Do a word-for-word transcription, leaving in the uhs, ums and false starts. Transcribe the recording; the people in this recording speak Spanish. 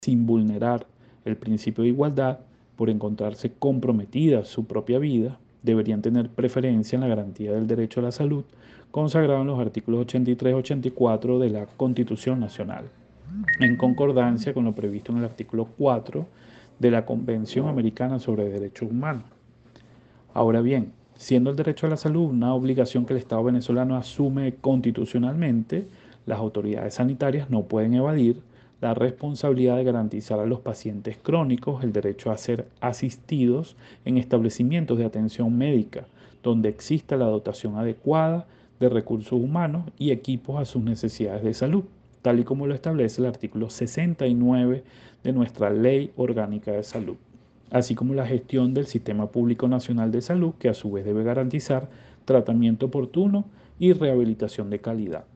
sin vulnerar el principio de igualdad, por encontrarse comprometida su propia vida, deberían tener preferencia en la garantía del derecho a la salud, consagrado en los artículos ochenta y tres y ochenta y cuatro de la Constitución Nacional, en concordancia con lo previsto en el artículo cuatro de la Convención Americana sobre Derechos Humanos. Ahora bien, siendo el derecho a la salud una obligación que el Estado venezolano asume constitucionalmente, las autoridades sanitarias no pueden evadir la responsabilidad de garantizar a los pacientes crónicos el derecho a ser asistidos en establecimientos de atención médica, donde exista la dotación adecuada de recursos humanos y equipos a sus necesidades de salud, tal y como lo establece el artículo sesenta y nueve de nuestra Ley Orgánica de Salud, así como la gestión del Sistema Público Nacional de Salud, que a su vez debe garantizar tratamiento oportuno y rehabilitación de calidad.